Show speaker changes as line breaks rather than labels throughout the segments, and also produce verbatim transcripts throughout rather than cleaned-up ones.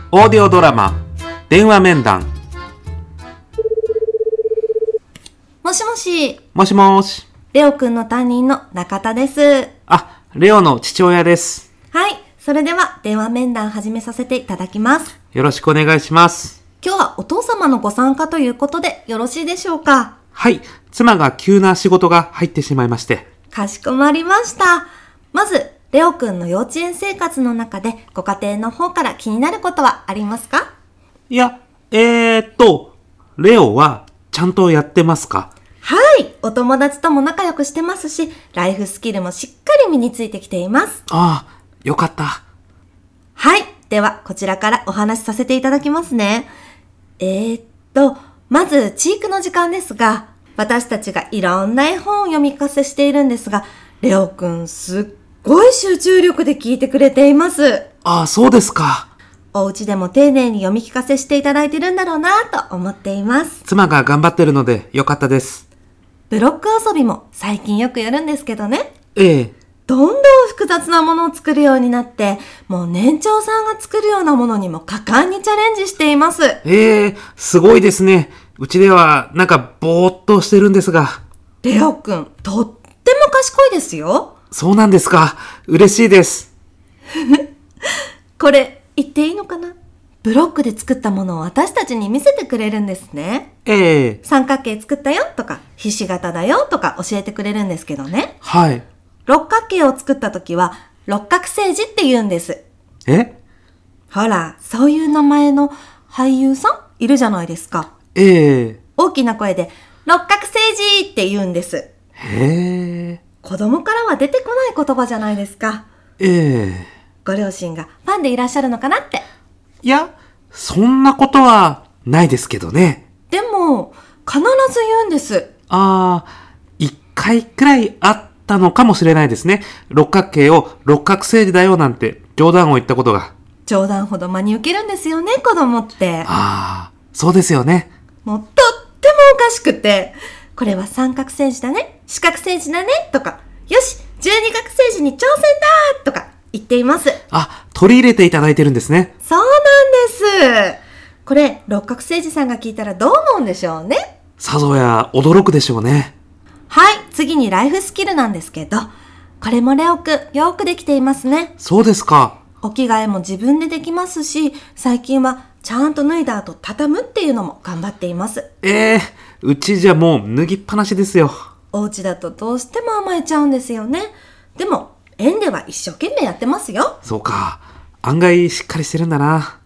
オーディオドラマ電話面談。
もしもし。
もしもし。
レオくんの担任の中田です。
あ、レオの父親です。
はい、それでは電話面談始めさせていただきます。
よろしくお願いします。
今日はお父様のご参加ということでよろしいでしょうか？
はい、妻が急な仕事が入ってしまいまして。か
しこまりました。まずレオくんの幼稚園生活の中でご家庭の方から気になることはありますか？
いや、えーっと、レオはちゃんとやってますか？
はい、お友達とも仲良くしてますし、ライフスキルもしっかり身についてきています。
ああ、よかった。
はい、ではこちらからお話しさせていただきますね。えーっと、まずチークの時間ですが、私たちがいろんな絵本を読み聞かせしているんですが、レオくんすっごい集中力で聞いてくれています。
ああ、そうですか。
お家でも丁寧に読み聞かせしていただいてるんだろうなと思っています。
妻が頑張ってるのでよかったです。
ブロック遊びも最近よくやるんですけどね。
ええ。
どんどん複雑なものを作るようになって、もう年長さんが作るようなものにも果敢にチャレンジしています。
ええ、すごいですね。うちではなんかぼーっとしてるんですが。
レオくん、とっても賢いですよ。
そうなんですか。嬉しいです。
これ言っていいのかな？ブロックで作ったものを私たちに見せてくれるんですね。
ええ。
三角形作ったよとか、ひし形だよとか教えてくれるんですけどね。
はい。
六角形を作ったときは六角星人って言うんです。
え？
ほら、そういう名前の俳優さんいるじゃないですか。
ええ。
大きな声で六角星人って言うんです。
へえ。
子供からは出てこない言葉じゃないですか。
ええ。
ご両親がファンでいらっしゃるのかなって。
いや、そんなことはないですけどね。
でも、必ず言うんです。
ああ、一回くらいあったのかもしれないですね。六角形を六角星人だよなんて冗談を言ったことが。
冗談ほど真に受けるんですよね、子供って。
ああ、そうですよね。
もうとってもおかしくて、これは三角星人だね、四角星人だね、とか、よし、十二角星人に挑戦だとか言っています。
あ、取り入れていただいてるんですね。
そうなんです。これ、六角星人さんが聞いたらどう思うんでしょうね。
さぞや驚くでしょうね。
はい、次にライフスキルなんですけど、これもレオくん、よくできていますね。
そうですか。
お着替えも自分でできますし、最近はちゃんと脱いだ後畳むっていうのも頑張っています。
ええー、うちじゃもう脱ぎっぱなしですよ。
お家だとどうしても甘えちゃうんですよね。でも、園では一生懸命やってますよ。
そうか。案外しっかりしてるんだな。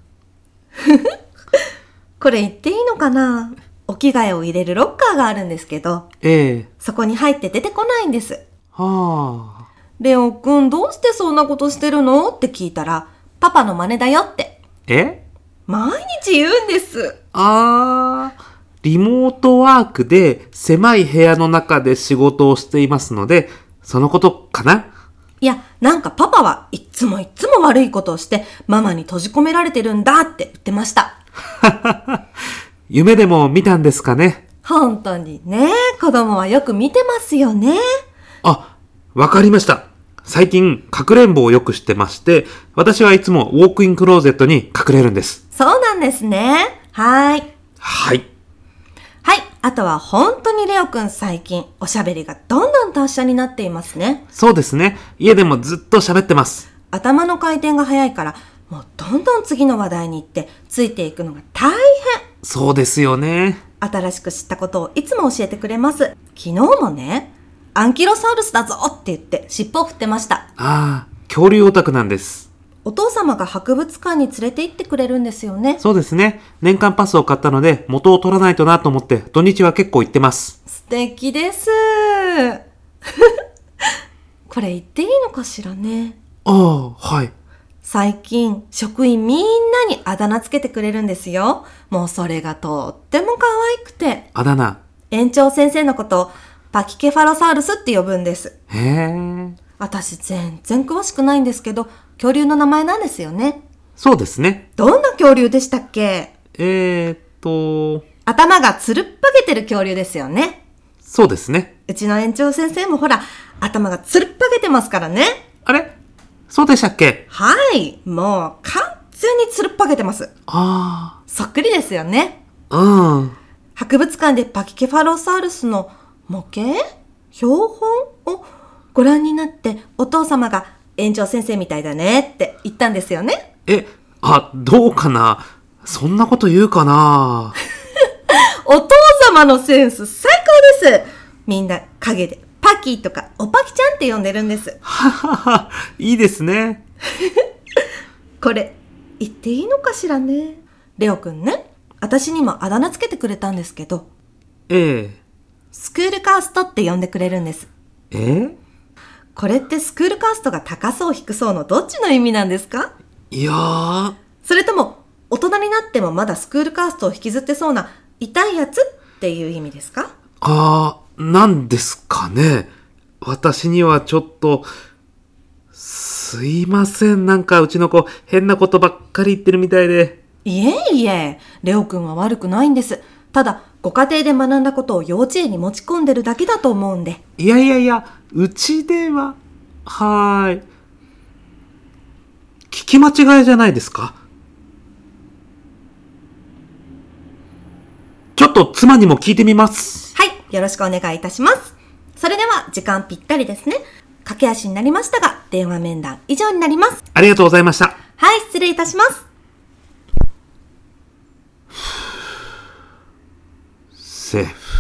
これ言っていいのかな？お着替えを入れるロッカーがあるんですけど、
ええ。
そこに入って出てこないんです。
はあ。
レオくんどうしてそんなことしてるの？って聞いたら、パパの真似だよって。
え？
毎日言うんです。
あー、リモートワークで狭い部屋の中で仕事をしていますので、そのことかな？
いや、なんかパパはいっつもいっつも悪いことをしてママに閉じ込められてるんだって言ってました。
夢でも見たんですかね？
本当にね、子供はよく見てますよね。
あ、わかりました。最近、かくれんぼをよくしてまして、私はいつもウォークインクローゼットに隠れるんです。
そうなんですね。はーい。
はい。
はい。あとは本当にレオくん最近、おしゃべりがどんどん達者になっていますね。
そうですね。家でもずっと喋ってます。
頭の回転が早いから、もうどんどん次の話題に行って、ついていくのが大変。
そうですよね。
新しく知ったことをいつも教えてくれます。昨日もね、アンキロサウルスだぞって言って尻尾を振ってました。
ああ、恐竜オタクなんです。
お父様が博物館に連れて行ってくれるんですよね。
そうですね。年間パスを買ったので元を取らないとなと思って土日は結構行ってます。
素敵です。これ言っていいのかしらね。
ああ、はい。
最近職員みんなにあだ名つけてくれるんですよ。もうそれがとっても可愛くて。
あだ名。
園長先生のことをパキケファロサウルスって呼ぶんです。
へえ。
私全然詳しくないんですけど、恐竜の名前なんですよね。
そうですね。
どんな恐竜でしたっけ？
えーっと、
頭がつるっぱげてる恐竜ですよね。
そうですね。
うちの園長先生もほら、頭がつるっぱげてますからね。
あれ？そうでしたっけ？
はい。もう完通につるっぱげてます。
あ
そっくりですよね。
あ、うん。
博物館でパキケファロサウルスの模型標本をご覧になってお父様が園長先生みたいだねって言ったんですよね。
え、あ、どうかな。そんなこと言うかな。
お父様のセンス最高です。みんな陰でパキとかおパキちゃんって呼んでるんです。
ははは、いいですね。
これ言っていいのかしらね。レオくんね、私にもあだ名つけてくれたんですけど、
ええ。
スクールカーストって呼んでくれるんです。
え
これってスクールカーストが高そう低そうのどっちの意味なんですか？
いやー。
それとも大人になってもまだスクールカーストを引きずってそうな痛いやつっていう意味ですか？
あー、なんですかね。私にはちょっと、すいません。なんかうちの子変なことばっかり言ってるみたいで。
いえいえ、レオくんは悪くないんです。ただご家庭で学んだことを幼稚園に持ち込んでるだけだと思うんで。
いやいやいや、うちでは、はーい。聞き間違いじゃないですか？ちょっと妻にも聞いてみます。
はい、よろしくお願いいたします。それでは時間ぴったりですね。駆け足になりましたが、電話面談以上になります。
ありがとうございました。
はい、失礼いたします。
セーフ。